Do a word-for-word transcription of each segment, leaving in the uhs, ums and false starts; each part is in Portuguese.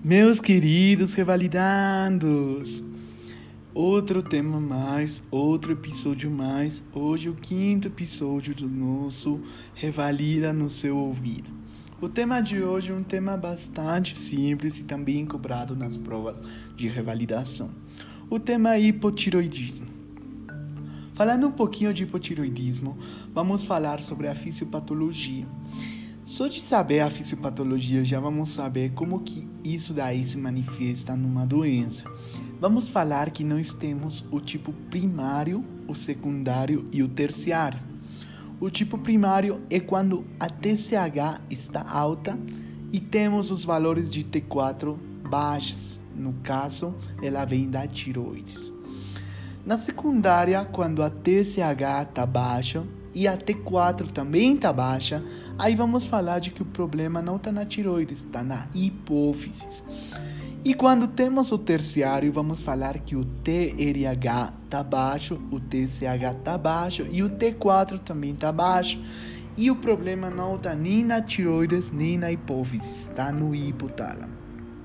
Meus queridos revalidandos, outro tema mais, outro episódio mais, hoje o quinto episódio do nosso Revalida no seu ouvido. O tema de hoje é um tema bastante simples e também cobrado nas provas de revalidação. O tema é hipotiroidismo. Falando um pouquinho de hipotiroidismo, vamos falar sobre a fisiopatologia. Só de saber a fisiopatologia, já vamos saber como que isso daí se manifesta numa doença. Vamos falar que nós temos o tipo primário, o secundário e o terciário. O tipo primário é quando a T S H está alta e temos os valores de T quatro baixas. No caso, ela vem da tiroides. Na secundária, quando a T S H está baixa e a T quatro também está baixa, aí vamos falar de que o problema não está na tiroides, está na hipófise. E quando temos o terciário, vamos falar que o T R H está baixo, o T S H está baixo e o T quatro também está baixo. E o problema não está nem na tiroides nem na hipófise, está no hipotálamo.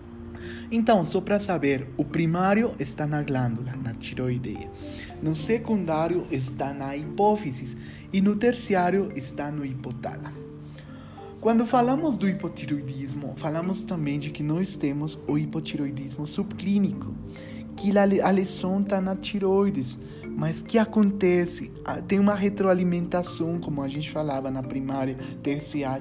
Então, só para saber, o primário está na glândula, na tiroideia. No secundário está na hipófise e no terciário está no hipotálamo. Quando falamos do hipotiroidismo, falamos também de que nós temos o hipotiroidismo subclínico, que a lesão está na tiroides, mas o que acontece? Tem uma retroalimentação, como a gente falava na primária, T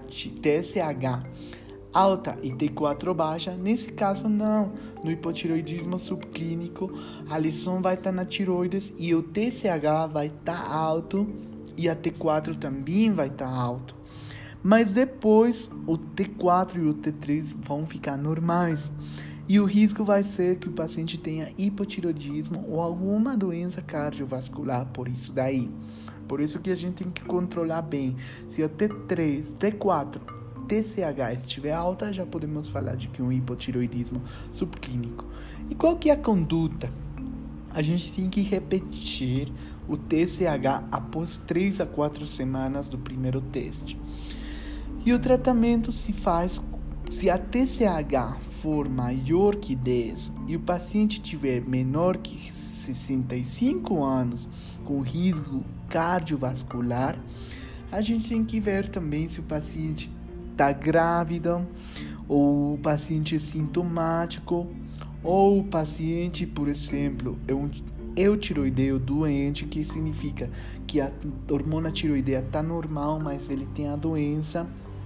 S H alta e T quatro baixa. Nesse caso não, no hipotiroidismo subclínico a lesão vai estar na tiroides e o T S H vai estar alto e a T quatro também vai estar alto, mas depois o T quatro e o T três vão ficar normais e o risco vai ser que o paciente tenha hipotiroidismo ou alguma doença cardiovascular por isso daí. Por isso que a gente tem que controlar bem. Se o T três, T quatro, T S H estiver alta, já podemos falar de que é um hipotiroidismo subclínico. E qual que é a conduta? A gente tem que repetir o T S H após três a quatro semanas do primeiro teste. E o tratamento se faz se a T S H for maior que dez e o paciente tiver menor que sessenta e cinco anos com risco cardiovascular. A gente tem que ver também se o paciente está grávida, ou o paciente é sintomático, ou o paciente, por exemplo, é um eutiroideu doente, que significa que a hormona tiroideia está normal, mas ele tem a doença,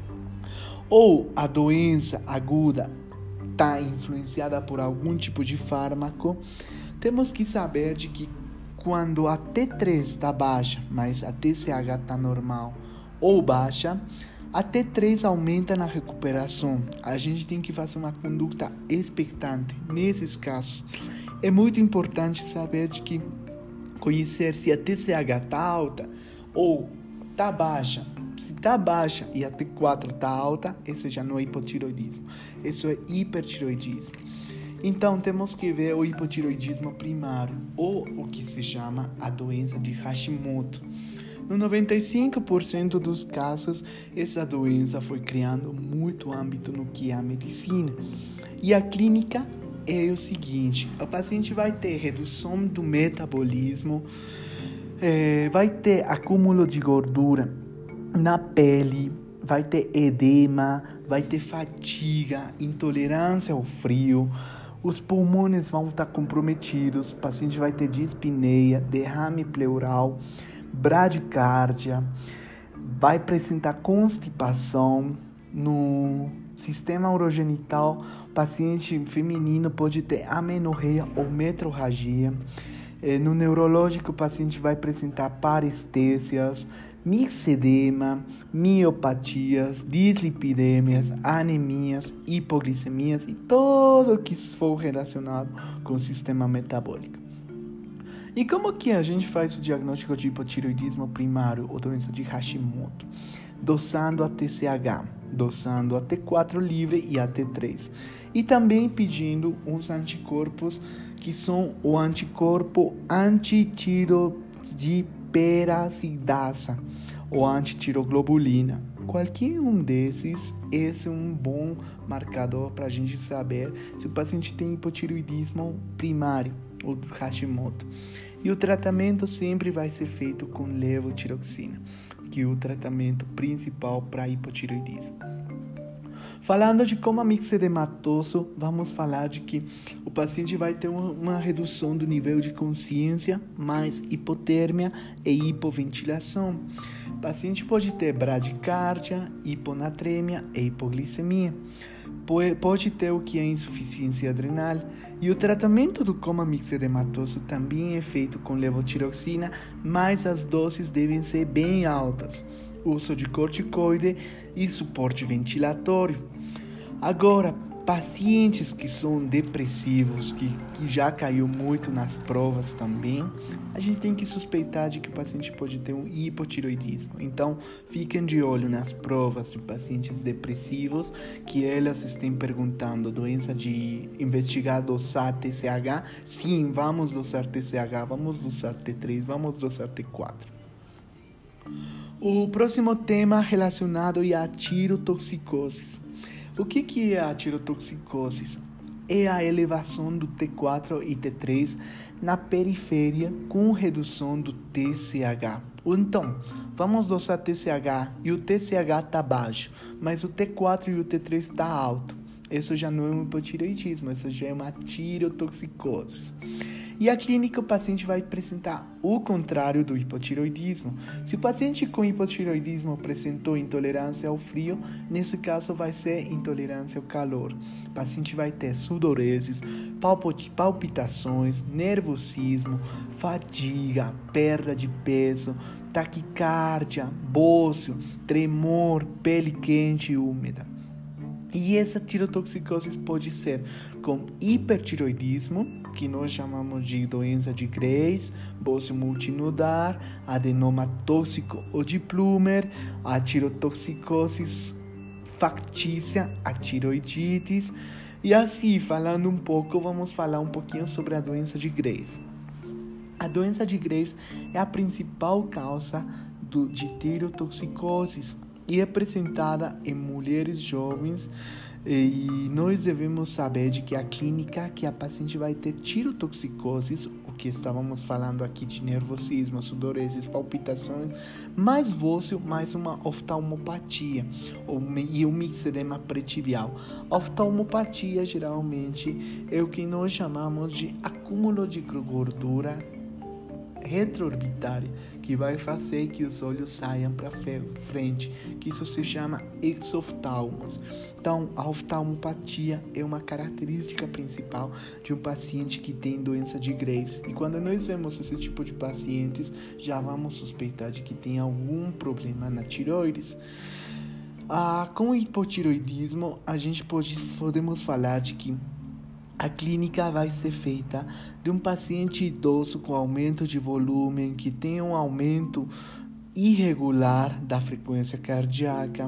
ou a doença aguda está influenciada por algum tipo de fármaco. Temos que saber de que quando a T três está baixa, mas a T S H está normal ou baixa, a T três aumenta na recuperação. A gente tem que fazer uma conduta expectante. Nesses casos, é muito importante saber de que conhecer se a T S H está alta ou está baixa. Se está baixa e a T quatro está alta, esse já não é hipotiroidismo. Isso é hipertiroidismo. Então, temos que ver o hipotiroidismo primário, ou o que se chama a doença de Hashimoto. No noventa e cinco por cento dos casos, essa doença foi criando muito âmbito no que é a medicina. E a clínica é o seguinte: o paciente vai ter redução do metabolismo, é, vai ter acúmulo de gordura na pele, vai ter edema, vai ter fadiga, intolerância ao frio, os pulmões vão estar comprometidos, o paciente vai ter dispneia, derrame pleural, bradicárdia, vai apresentar constipação. No sistema urogenital, o paciente feminino pode ter amenorreia ou metrorragia. No neurológico, o paciente vai apresentar parestésias, mixedema, miopatias, dislipidemias, anemias, hipoglicemias e tudo o que for relacionado com o sistema metabólico. E como que a gente faz o diagnóstico de hipotiroidismo primário ou doença de Hashimoto? Dosando a T S H, dosando a T quatro livre e a T três. E também pedindo uns anticorpos que são o anticorpo antitiroidiperazidasa ou antitiroglobulina. Qualquer um desses, esse é um bom marcador para a gente saber se o paciente tem hipotireoidismo primário ou Hashimoto. E o tratamento sempre vai ser feito com levotiroxina, que é o tratamento principal para hipotireoidismo. Falando de coma mixedematoso, vamos falar de que o paciente vai ter uma redução do nível de consciência, mais hipotérmia e hipoventilação. O paciente pode ter bradicardia, hiponatremia e hipoglicemia. Pode ter o que é insuficiência adrenal. E o tratamento do coma mixedematoso também é feito com levotiroxina, mas as doses devem ser bem altas. Uso de corticoide e suporte ventilatório. Agora, pacientes que são depressivos, que, que já caiu muito nas provas também, a gente tem que suspeitar de que o paciente pode ter um hipotireoidismo. Então, fiquem de olho nas provas de pacientes depressivos, que elas estão perguntando doença de investigar dosar T S H. Sim, vamos dosar T S H, vamos dosar T três, vamos dosar T quatro. O próximo tema relacionado é a tirotoxicose. O que, que é a tirotoxicose? É a elevação do T quatro e T três na periferia com redução do T S H. Então, vamos dosar T S H e o T S H está baixo, mas o T quatro e o T três está alto. Isso já não é um hipotireoidismo, isso já é uma tirotoxicose. E a clínica, o paciente vai apresentar o contrário do hipotireoidismo. Se o paciente com hipotireoidismo apresentou intolerância ao frio, nesse caso vai ser intolerância ao calor. O paciente vai ter sudoreses, palpitações, nervosismo, fadiga, perda de peso, taquicardia, bócio, tremor, pele quente e úmida. E essa tirotoxicose pode ser com hipertireoidismo, que nós chamamos de doença de Graves, bócio multinodar, adenoma tóxico ou de Plummer, a tirotoxicose factícia, a tiroidites. E assim, falando um pouco, vamos falar um pouquinho sobre a doença de Graves. A doença de Graves é a principal causa do, de tirotoxicose e é apresentada em mulheres jovens, e nós devemos saber de que a clínica que a paciente vai ter tirotoxicose, o que estávamos falando aqui de nervosismo, sudoreses, palpitações, mais bócio, mais uma oftalmopatia e um mixedema pretibial. Oftalmopatia geralmente é o que nós chamamos de acúmulo de gordura retroorbitária, que vai fazer que os olhos saiam para frente, que isso se chama exoftalmos. Então, a oftalmopatia é uma característica principal de um paciente que tem doença de Graves. E quando nós vemos esse tipo de pacientes, já vamos suspeitar de que tem algum problema na tireoides. Ah, com o hipotireoidismo, a gente pode, podemos falar de que a clínica vai ser feita de um paciente idoso com aumento de volume, que tem um aumento irregular da frequência cardíaca.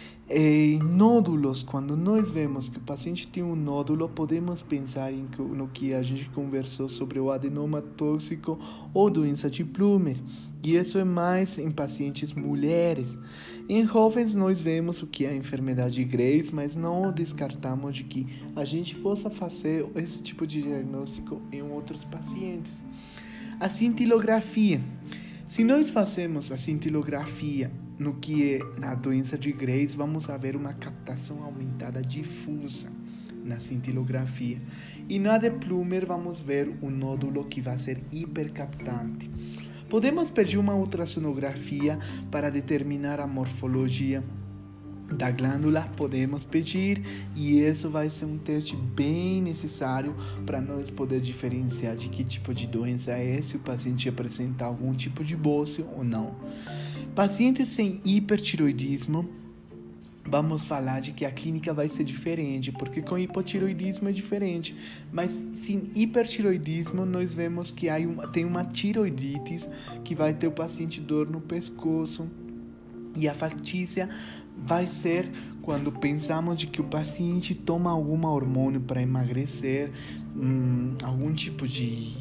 E nódulos, quando nós vemos que o paciente tem um nódulo, podemos pensar em que, no que a gente conversou sobre o adenoma tóxico ou doença de Plummer. E isso é mais em pacientes mulheres. Em jovens nós vemos o que é a enfermidade de Graves, mas não descartamos de que a gente possa fazer esse tipo de diagnóstico em outros pacientes. A cintilografia. Se nós fazemos a cintilografia no que é na doença de Graves, vamos ver uma captação aumentada difusa na cintilografia. E na de Plummer vamos ver um nódulo que vai ser hipercaptante. Podemos pedir uma ultrassonografia para determinar a morfologia da glândula, podemos pedir, e isso vai ser um teste bem necessário para nós poder diferenciar de que tipo de doença é, se o paciente apresenta algum tipo de bócio ou não. Pacientes sem hipertireoidismo, vamos falar de que a clínica vai ser diferente, porque com hipotireoidismo é diferente, mas sem hipertireoidismo nós vemos que há uma, tem uma tiroidites que vai ter o paciente dor no pescoço, e a factícia vai ser quando pensamos de que o paciente toma algum hormônio para emagrecer, hum, algum tipo de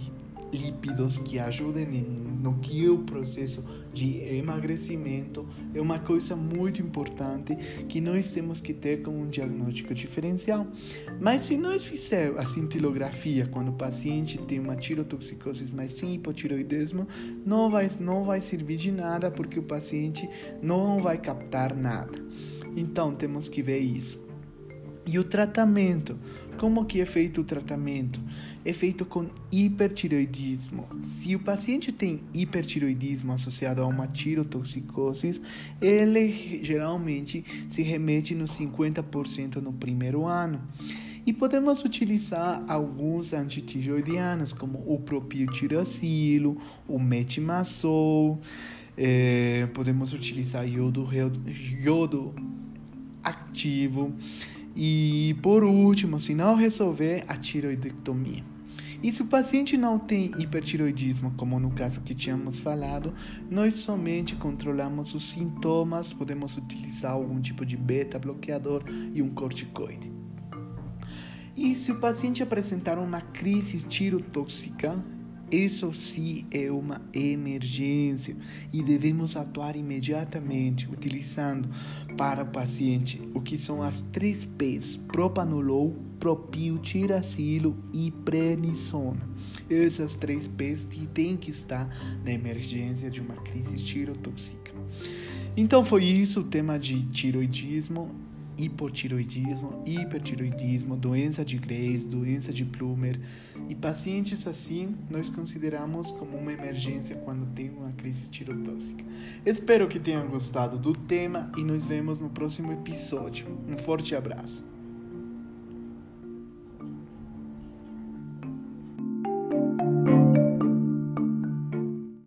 lípidos que ajudem no que o processo de emagrecimento é uma coisa muito importante que nós temos que ter como um diagnóstico diferencial. Mas se nós fizermos a cintilografia quando o paciente tem uma tirotoxicose, mas sem hipotiroidismo, não vai, não vai servir de nada porque o paciente não vai captar nada. Então temos que ver isso. E o tratamento, como que é feito o tratamento? É feito com hipertireoidismo. Se o paciente tem hipertireoidismo associado a uma tirotoxicose, ele geralmente se remete nos cinquenta por cento no primeiro ano. E podemos utilizar alguns antitireoidianos, como o propiltiracilo, o metimazol, eh, podemos utilizar iodo, iodo ativo. E, por último, se não resolver, a tiroidectomia. E se o paciente não tem hipertiroidismo, como no caso que tínhamos falado, nós somente controlamos os sintomas, podemos utilizar algum tipo de beta-bloqueador e um corticoide. E se o paciente apresentar uma crise tirotóxica, isso sim é uma emergência e devemos atuar imediatamente utilizando para o paciente o que são as três P's: propanolol, propiltiracilo e prednisona. Essas três P's têm que estar na emergência de uma crise tirotóxica. Então foi isso o tema de tiroidismo, hipotiroidismo, hipertiroidismo, doença de Graves, doença de Plummer, e pacientes assim nós consideramos como uma emergência quando tem uma crise tirotóxica. Espero que tenham gostado do tema e nos vemos no próximo episódio. Um forte abraço.